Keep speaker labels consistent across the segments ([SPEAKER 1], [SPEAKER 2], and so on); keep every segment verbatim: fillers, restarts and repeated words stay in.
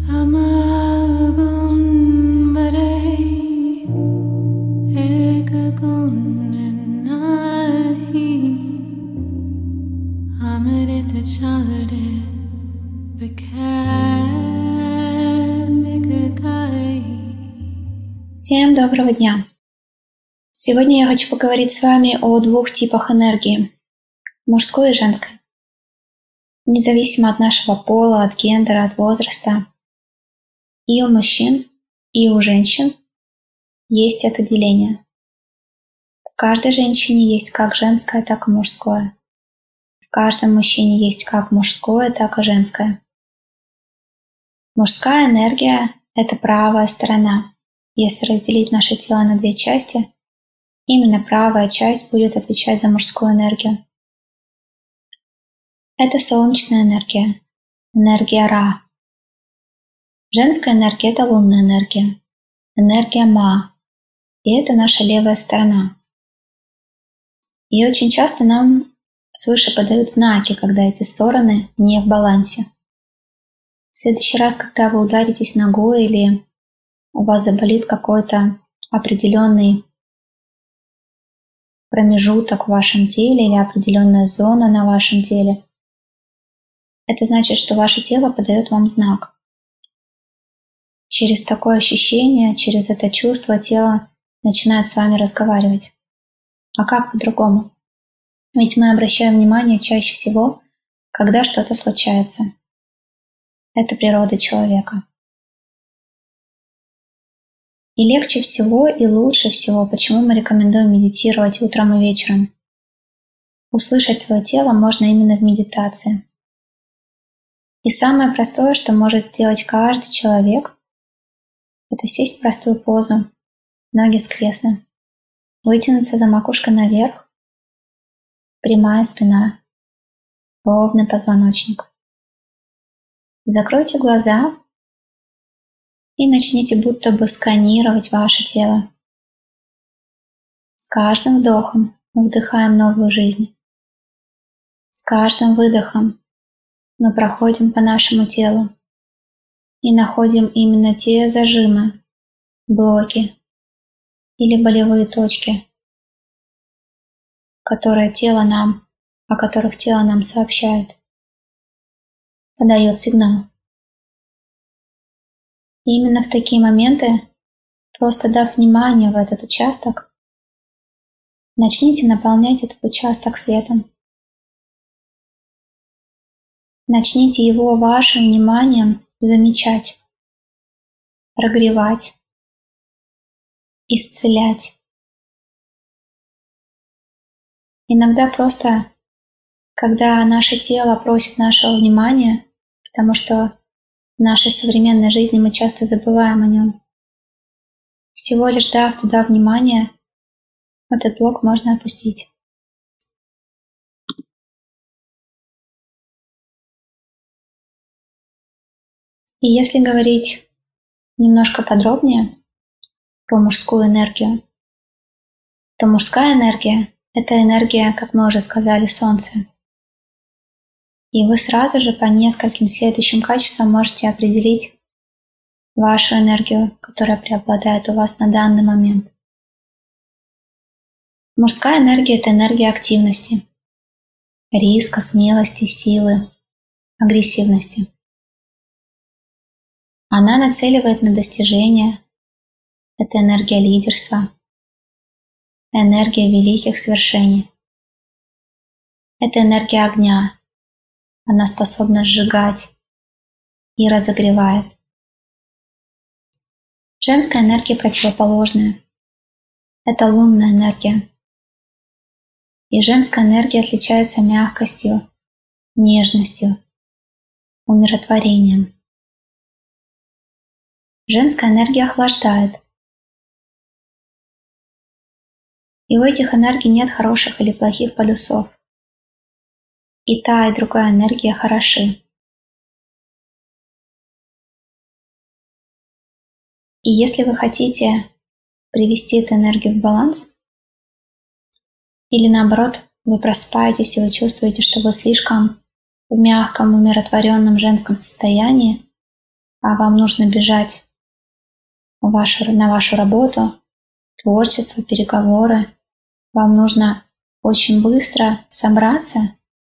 [SPEAKER 1] Всем доброго дня! Сегодня я хочу поговорить с вами о двух типах энергии – мужской и женской. Независимо от нашего пола, от гендера, от возраста, и у мужчин, и у женщин есть это деление. В каждой женщине есть как женское, так и мужское. В каждом мужчине есть как мужское, так и женское. Мужская энергия – это правая сторона. Если разделить наше тело на две части, именно правая часть будет отвечать за мужскую энергию. Это солнечная энергия, энергия Ра. Женская энергия – это лунная энергия, энергия Ма. И это наша левая сторона. И очень часто нам свыше подают знаки, когда эти стороны не в балансе. В следующий раз, когда вы ударитесь ногой или у вас заболит какой-то определенный промежуток в вашем теле или определенная зона на вашем теле, это значит, что ваше тело подает вам знак. Через такое ощущение, через это чувство тело начинает с вами разговаривать. А как по-другому? Ведь мы обращаем внимание чаще всего, когда что-то случается. Это природа человека. И легче всего и лучше всего, почему мы рекомендуем медитировать утром и вечером. Услышать свое тело можно именно в медитации. И самое простое, что может сделать каждый человек, это сесть в простую позу, ноги скрестны, вытянуться за макушкой наверх, прямая спина, ровный позвоночник. Закройте глаза и начните будто бы сканировать ваше тело. С каждым вдохом мы вдыхаем новую жизнь. С каждым выдохом мы проходим по нашему телу и находим именно те зажимы, блоки или болевые точки, которые тело нам, о которых тело нам сообщает, подает сигнал. И именно в такие моменты, просто дав внимание в этот участок, начните наполнять этот участок светом. Начните его вашим вниманием замечать, прогревать, исцелять. Иногда просто, когда наше тело просит нашего внимания, потому что в нашей современной жизни мы часто забываем о нем. Всего лишь дав туда внимание, этот блок можно опустить. И если говорить немножко подробнее про мужскую энергию, то мужская энергия – это энергия, как мы уже сказали, Солнца. И вы сразу же по нескольким следующим качествам можете определить вашу энергию, которая преобладает у вас на данный момент. Мужская энергия – это энергия активности, риска, смелости, силы, агрессивности. Она нацеливает на достижение. Это энергия лидерства, энергия великих свершений. Это энергия огня. Она способна сжигать и разогревает. Женская энергия противоположная. Это лунная энергия. И женская энергия отличается мягкостью, нежностью, умиротворением. Женская энергия охлаждает. И у этих энергий нет хороших или плохих полюсов. И та, и другая энергия хороши. И если вы хотите привести эту энергию в баланс, или наоборот, вы просыпаетесь и вы чувствуете, что вы слишком в мягком, умиротворенном женском состоянии, а вам нужно бежать в вашу, на вашу работу, творчество, переговоры, вам нужно очень быстро собраться,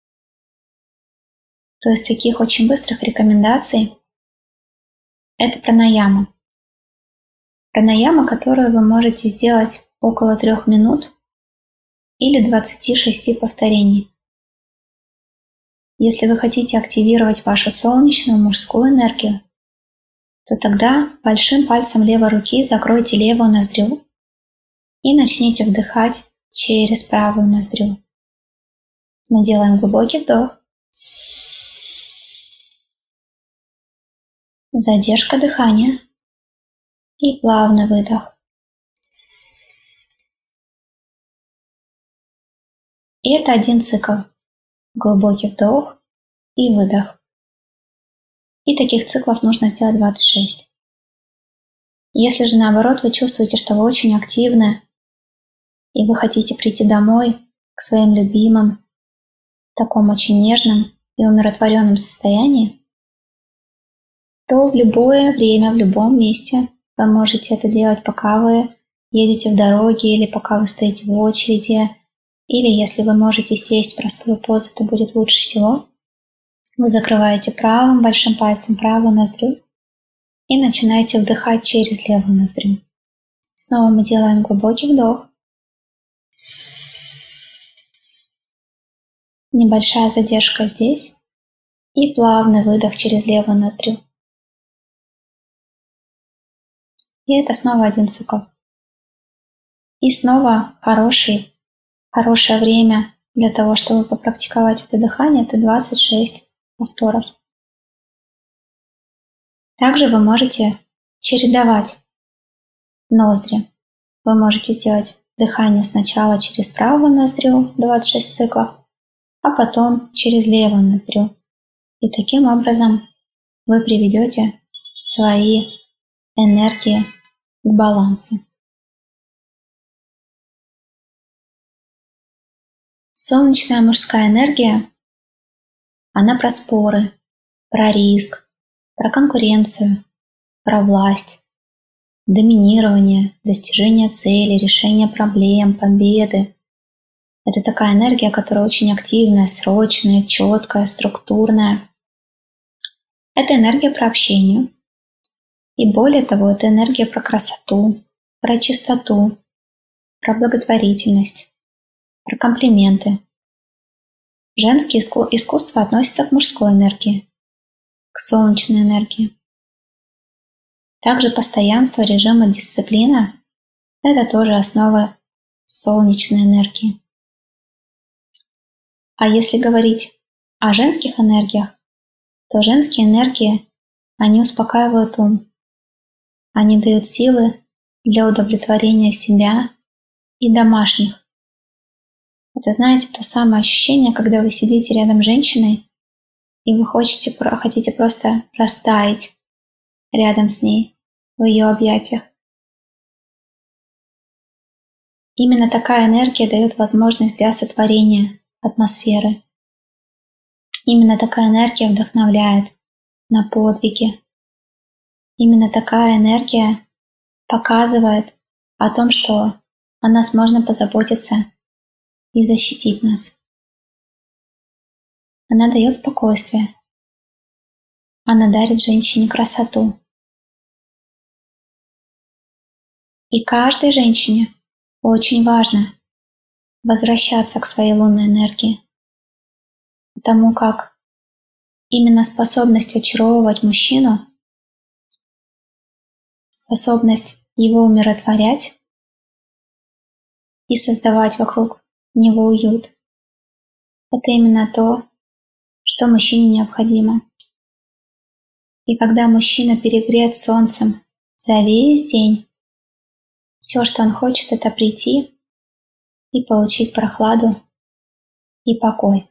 [SPEAKER 1] то из таких очень быстрых рекомендаций это пранаяма. Пранаяма, которую вы можете сделать около трех минут или двадцати шести повторений. Если вы хотите активировать вашу солнечную мужскую энергию, то тогда большим пальцем левой руки закройте левую ноздрю и начните вдыхать через правую ноздрю. Мы делаем глубокий вдох. Задержка дыхания и плавный выдох. И это один цикл. Глубокий вдох и выдох. И таких циклов нужно сделать двадцать шесть. Если же наоборот вы чувствуете, что вы очень активны, и вы хотите прийти домой к своим любимым, в таком очень нежном и умиротворенном состоянии, то в любое время, в любом месте вы можете это делать, пока вы едете в дороге или пока вы стоите в очереди, или если вы можете сесть в простую позу, это будет лучше всего. Вы закрываете правым большим пальцем правую ноздрю и начинаете вдыхать через левую ноздрю. Снова мы делаем глубокий вдох. Небольшая задержка здесь и плавный выдох через левую ноздрю. И это снова один цикл. И снова хороший Хорошее время для того, чтобы попрактиковать это дыхание, это двадцать шесть повторов. Также вы можете чередовать ноздри. Вы можете сделать дыхание сначала через правую ноздрю, двадцать шесть циклов, а потом через левую ноздрю. И таким образом вы приведете свои энергии к балансу. Солнечная мужская энергия, она про споры, про риск, про конкуренцию, про власть, доминирование, достижение цели, решение проблем, победы. Это такая энергия, которая очень активная, срочная, четкая, структурная. Это энергия про общение. И более того, это энергия про красоту, про чистоту, про благотворительность, про комплименты. Женские искусства относятся к мужской энергии, к солнечной энергии. Также постоянство, режим и дисциплина – это тоже основа солнечной энергии. А если говорить о женских энергиях, то женские энергии, они успокаивают ум, они дают силы для удовлетворения себя и домашних. Это, знаете, то самое ощущение, когда вы сидите рядом с женщиной, и вы хотите, хотите просто растаять рядом с ней, в ее объятиях. Именно такая энергия дает возможность для сотворения атмосферы. Именно такая энергия вдохновляет на подвиги. Именно такая энергия показывает о том, что о нас можно позаботиться и защитить нас. Она дает спокойствие. Она дарит женщине красоту. И каждой женщине очень важно возвращаться к своей лунной энергии, потому как именно способность очаровывать мужчину, способность его умиротворять и создавать вокруг него уют. Это именно то, что мужчине необходимо. И когда мужчина перегрет солнцем за весь день, все, что он хочет, это прийти и получить прохладу и покой.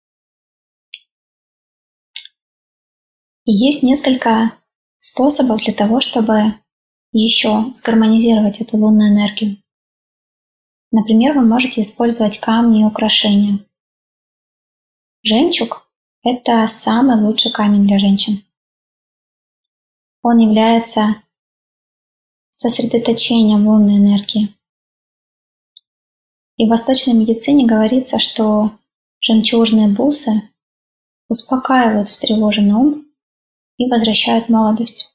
[SPEAKER 1] И есть несколько способов для того, чтобы еще сгармонизировать эту лунную энергию. Например, вы можете использовать камни и украшения. Жемчуг – это самый лучший камень для женщин. Он является сосредоточением лунной энергии. И в восточной медицине говорится, что жемчужные бусы успокаивают встревоженный ум и возвращают молодость.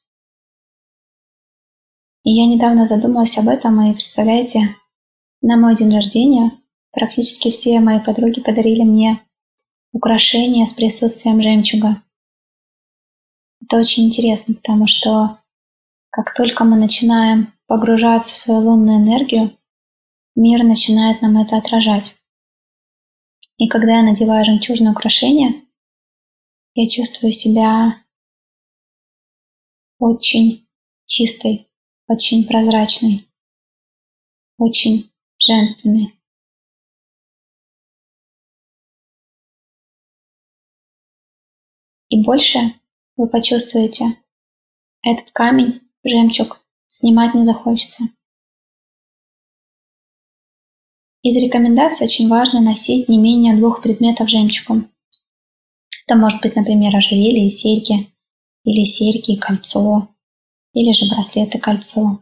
[SPEAKER 1] И я недавно задумалась об этом, и представляете, на мой день рождения практически все мои подруги подарили мне украшения с присутствием жемчуга. Это очень интересно, потому что как только мы начинаем погружаться в свою лунную энергию, мир начинает нам это отражать. И когда я надеваю жемчужное украшение, я чувствую себя очень чистой, очень прозрачной, очень женственной. И больше вы почувствуете этот камень, жемчуг, снимать не захочется. Из рекомендаций очень важно носить не менее двух предметов жемчугом. Это может быть, например, ожерелье и серьги, или серьги и кольцо, или же браслет и кольцо.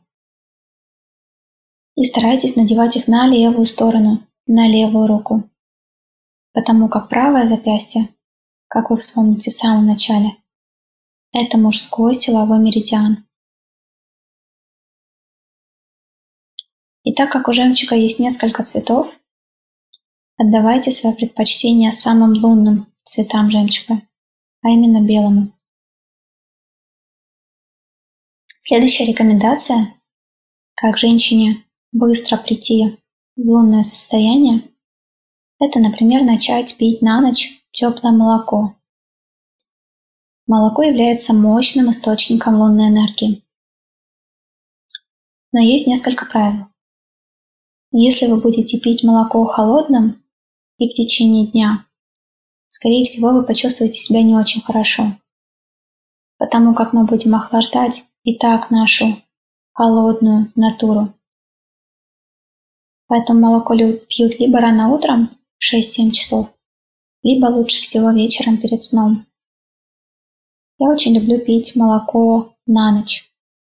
[SPEAKER 1] И старайтесь надевать их на левую сторону, на левую руку, потому как правое запястье, как вы вспомните в самом начале, это мужской силовой меридиан. И так как у жемчуга есть несколько цветов, отдавайте свое предпочтение самым лунным цветам жемчуга, а именно белому. Следующая рекомендация, как женщине быстро прийти в лунное состояние, это, например, начать пить на ночь теплое молоко. Молоко является мощным источником лунной энергии. Но есть несколько правил. Если вы будете пить молоко холодным и в течение дня, скорее всего, вы почувствуете себя не очень хорошо, потому как мы будем охлаждать и так нашу холодную натуру. Поэтому молоко пьют либо рано утром, в шесть-семь часов, либо лучше всего вечером перед сном. Я очень люблю пить молоко на ночь.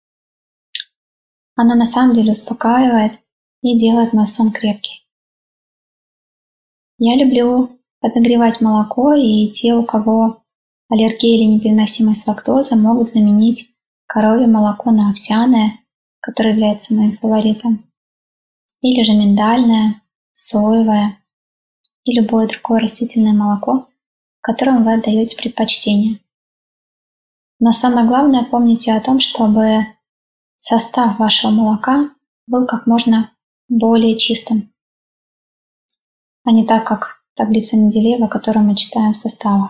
[SPEAKER 1] Оно на самом деле успокаивает и делает мой сон крепкий. Я люблю подогревать молоко, и те, у кого аллергия или непереносимость лактозы, могут заменить коровье молоко на овсяное, которое является моим фаворитом, или же миндальное, соевое и любое другое растительное молоко, которому вы отдаете предпочтение. Но самое главное, помните о том, чтобы состав вашего молока был как можно более чистым, а не так, как таблица Менделеева, которую мы читаем в составах.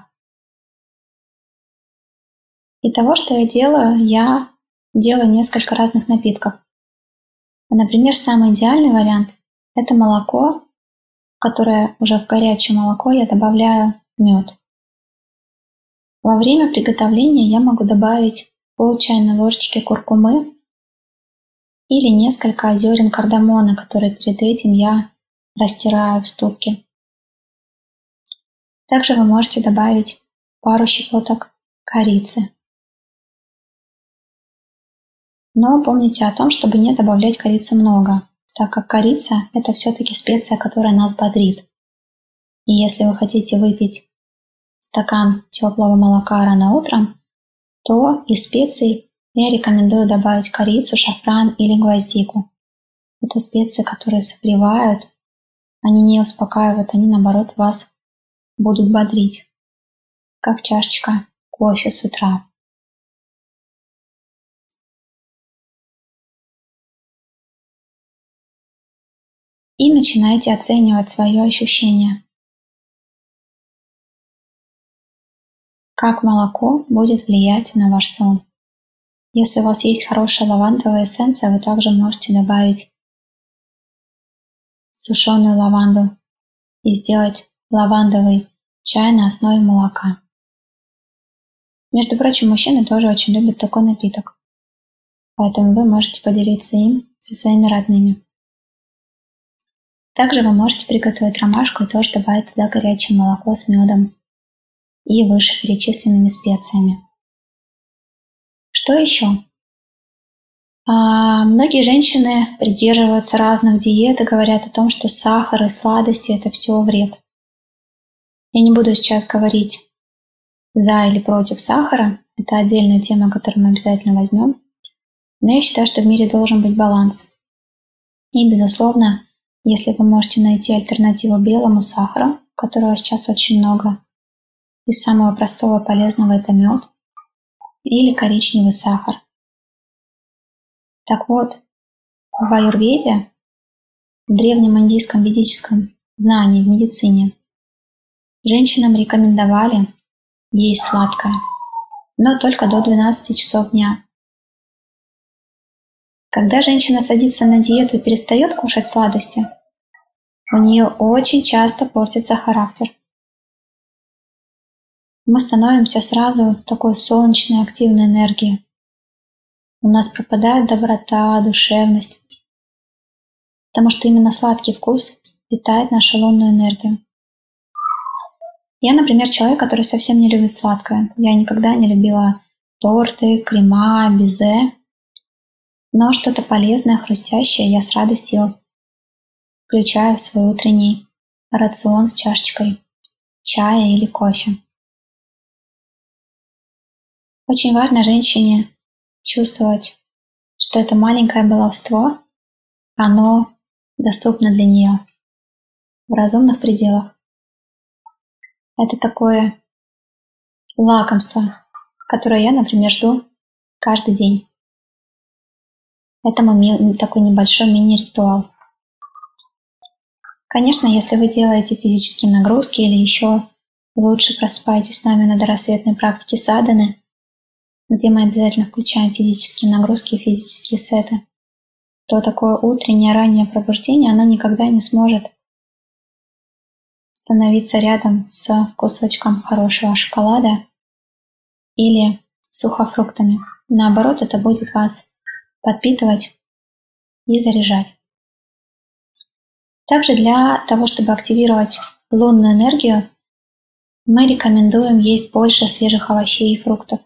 [SPEAKER 1] И того, что я делаю, я делаю несколько разных напитков. Например, самый идеальный вариант – это молоко, в которое уже в горячее молоко я добавляю мед. Во время приготовления я могу добавить пол чайной ложечки куркумы или несколько зерен кардамона, которые перед этим я растираю в ступке. Также вы можете добавить пару щепоток корицы. Но помните о том, чтобы не добавлять корицы много, так как корица – это все-таки специя, которая нас бодрит. И если вы хотите выпить стакан теплого молока рано утром, то из специй я рекомендую добавить корицу, шафран или гвоздику. Это специи, которые согревают, они не успокаивают, они наоборот вас будут бодрить, как чашечка кофе с утра. И начинайте оценивать свое ощущение. Как молоко будет влиять на ваш сон. Если у вас есть хорошая лавандовая эссенция, вы также можете добавить сушеную лаванду и сделать лавандовый чай на основе молока. Между прочим, мужчины тоже очень любят такой напиток, поэтому вы можете поделиться им со своими родными. Также вы можете приготовить ромашку и тоже добавить туда горячее молоко с медом и вышеперечисленными специями. Что еще? А, многие женщины придерживаются разных диет и говорят о том, что сахар и сладости – это все вред. Я не буду сейчас говорить за или против сахара. Это отдельная тема, которую мы обязательно возьмем. Но я считаю, что в мире должен быть баланс. И, безусловно, если вы можете найти альтернативу белому сахару, которого сейчас очень много, из самого простого и полезного – это мед, или коричневый сахар. Так вот, в аюрведе, в древнем индийском ведическом знании, в медицине, женщинам рекомендовали есть сладкое, но только до двенадцати часов дня. Когда женщина садится на диету и перестает кушать сладости, у нее очень часто портится характер. Мы становимся сразу в такой солнечной, активной энергии. У нас пропадает доброта, душевность, потому что именно сладкий вкус питает нашу лунную энергию. Я, например, человек, который совсем не любит сладкое. Я никогда не любила торты, крема, безе. Но что-то полезное, хрустящее я с радостью включаю в свой утренний рацион с чашечкой чая или кофе. Очень важно женщине чувствовать, что это маленькое баловство, оно доступно для нее в разумных пределах. Это такое лакомство, которое я, например, жду каждый день. Это мой такой небольшой мини-ритуал. Конечно, если вы делаете физические нагрузки или еще лучше просыпаетесь с нами на дорассветной практике садханы, где мы обязательно включаем физические нагрузки и физические сеты, то такое утреннее раннее пробуждение, оно никогда не сможет становиться рядом с кусочком хорошего шоколада или сухофруктами. Наоборот, это будет вас подпитывать и заряжать. Также для того, чтобы активировать лунную энергию, мы рекомендуем есть больше свежих овощей и фруктов.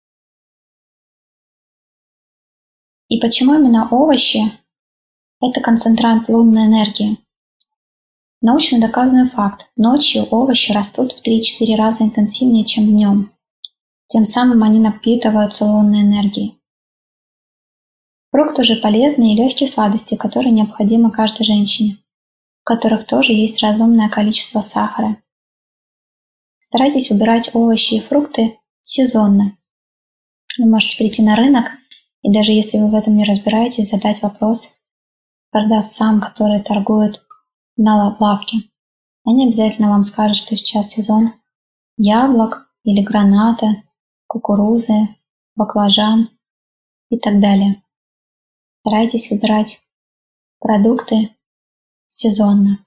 [SPEAKER 1] И почему именно овощи – это концентрант лунной энергии? Научно доказанный факт. Ночью овощи растут в три-четыре раза интенсивнее, чем днем. Тем самым они напитываются лунной энергией. Фрукты же полезные и легкие сладости, которые необходимы каждой женщине, в которых тоже есть разумное количество сахара. Старайтесь выбирать овощи и фрукты сезонно. Вы можете прийти на рынок, и даже если вы в этом не разбираетесь, задать вопрос продавцам, которые торгуют на лавке. Они обязательно вам скажут, что сейчас сезон яблок или граната, кукурузы, баклажан и так далее. Старайтесь выбирать продукты сезонно.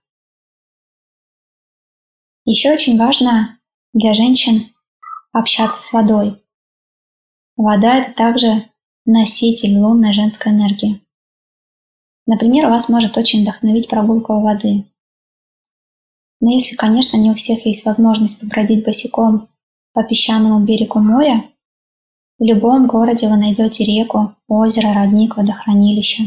[SPEAKER 1] Еще очень важно для женщин общаться с водой. Вода – это также носитель лунной женской энергии. Например, вас может очень вдохновить прогулка у воды. Но если, конечно, не у всех есть возможность побродить босиком по песчаному берегу моря, в любом городе вы найдете реку, озеро, родник, водохранилище.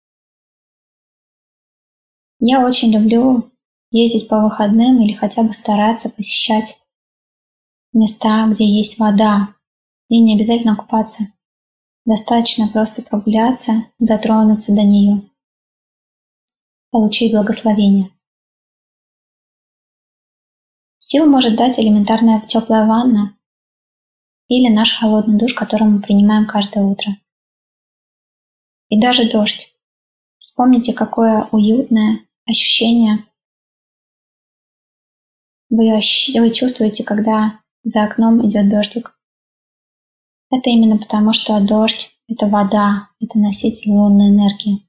[SPEAKER 1] Я очень люблю ездить по выходным или хотя бы стараться посещать места, где есть вода, и не обязательно купаться. Достаточно просто прогуляться, дотронуться до нее, получить благословение. Сил может дать элементарная теплая ванна или наш холодный душ, который мы принимаем каждое утро. И даже дождь. Вспомните, какое уютное ощущение вы, ощ... вы чувствуете, когда за окном идет дождик. Это именно потому, что дождь – это вода, это носитель лунной энергии.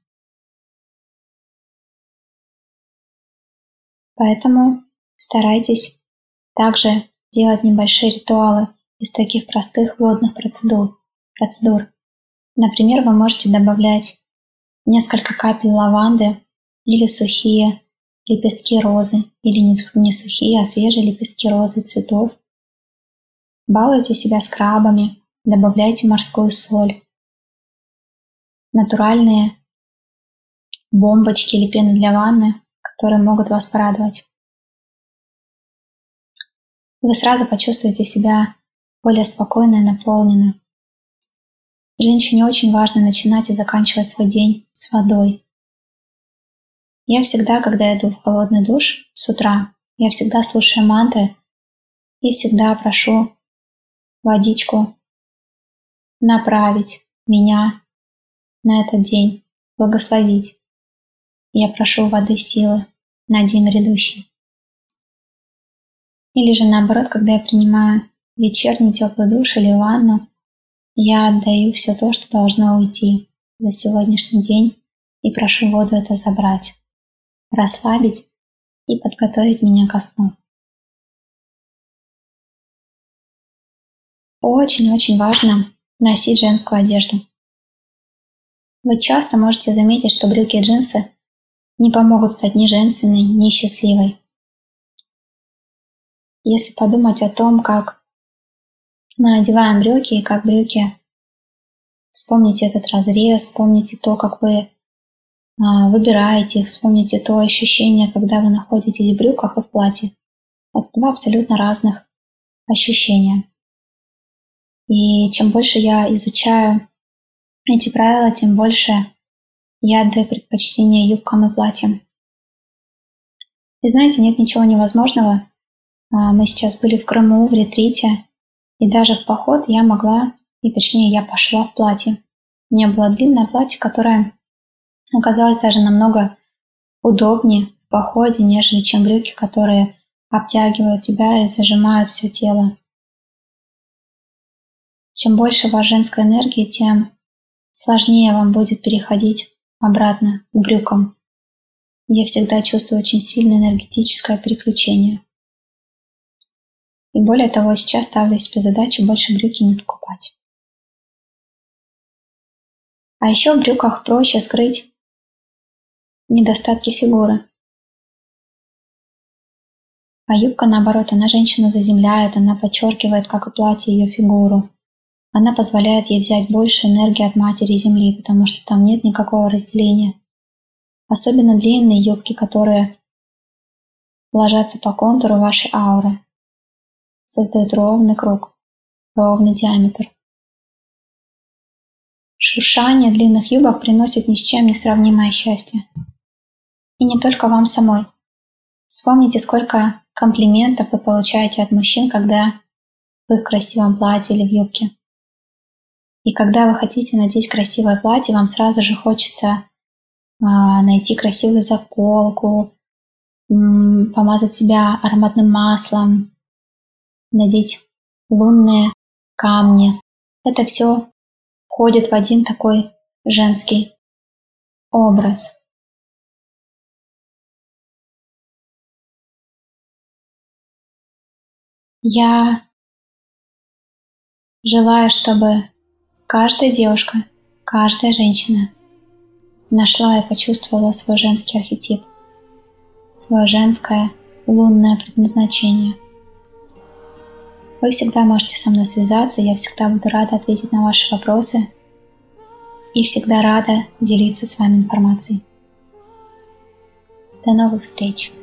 [SPEAKER 1] Поэтому старайтесь также делать небольшие ритуалы из таких простых водных процедур. процедур. Например, вы можете добавлять несколько капель лаванды или сухие лепестки розы, или не сухие, а свежие лепестки розы цветов. Балуйте себя скрабами, добавляйте морскую соль, натуральные бомбочки или пены для ванны, которые могут вас порадовать. Вы сразу почувствуете себя более спокойно и наполненно. Женщине очень важно начинать и заканчивать свой день с водой. Я всегда, когда иду в холодный душ с утра, я всегда слушаю мантры и всегда прошу водичку направить меня на этот день, благословить. Я прошу воды силы на день грядущий. Или же наоборот, когда я принимаю вечерний теплый душ или ванну, я отдаю все то, что должно уйти за сегодняшний день, и прошу воду это забрать, расслабить и подготовить меня ко сну. Очень-очень важно носить женскую одежду. Вы часто можете заметить, что брюки и джинсы не помогут стать ни женственной, ни счастливой. Если подумать о том, как мы одеваем брюки и как брюки, вспомните этот разрез, вспомните то, как вы а, выбираете их, вспомните то ощущение, когда вы находитесь в брюках и в платье. Это два абсолютно разных ощущения. И чем больше я изучаю эти правила, тем больше я отдаю предпочтение юбкам и платьям. И знаете, нет ничего невозможного. Мы сейчас были в Крыму, в ретрите, и даже в поход я могла, и точнее я пошла в платье. У меня было длинное платье, которое оказалось даже намного удобнее в походе, нежели чем брюки, которые обтягивают тебя и зажимают все тело. Чем больше у вас женской энергии, тем сложнее вам будет переходить обратно к брюкам. Я всегда чувствую очень сильное энергетическое переключение. И более того, сейчас ставлю себе задачу больше брюки не покупать. А еще в брюках проще скрыть недостатки фигуры. А юбка, наоборот, она женщину заземляет, она подчеркивает, как и платье, ее фигуру. Она позволяет ей взять больше энергии от матери земли, потому что там нет никакого разделения. Особенно длинные юбки, которые ложатся по контуру вашей ауры, создают ровный круг, ровный диаметр. Шуршание длинных юбок приносит ни с чем не сравнимое счастье. И не только вам самой. Вспомните, сколько комплиментов вы получаете от мужчин, когда вы в красивом платье или в юбке. И когда вы хотите надеть красивое платье, вам сразу же хочется а, найти красивую заколку, м, помазать себя ароматным маслом, надеть лунные камни. Это все входит в один такой женский образ. Я желаю, чтобы каждая девушка, каждая женщина нашла и почувствовала свой женский архетип, свое женское лунное предназначение. Вы всегда можете со мной связаться, я всегда буду рада ответить на ваши вопросы и всегда рада делиться с вами информацией. До новых встреч!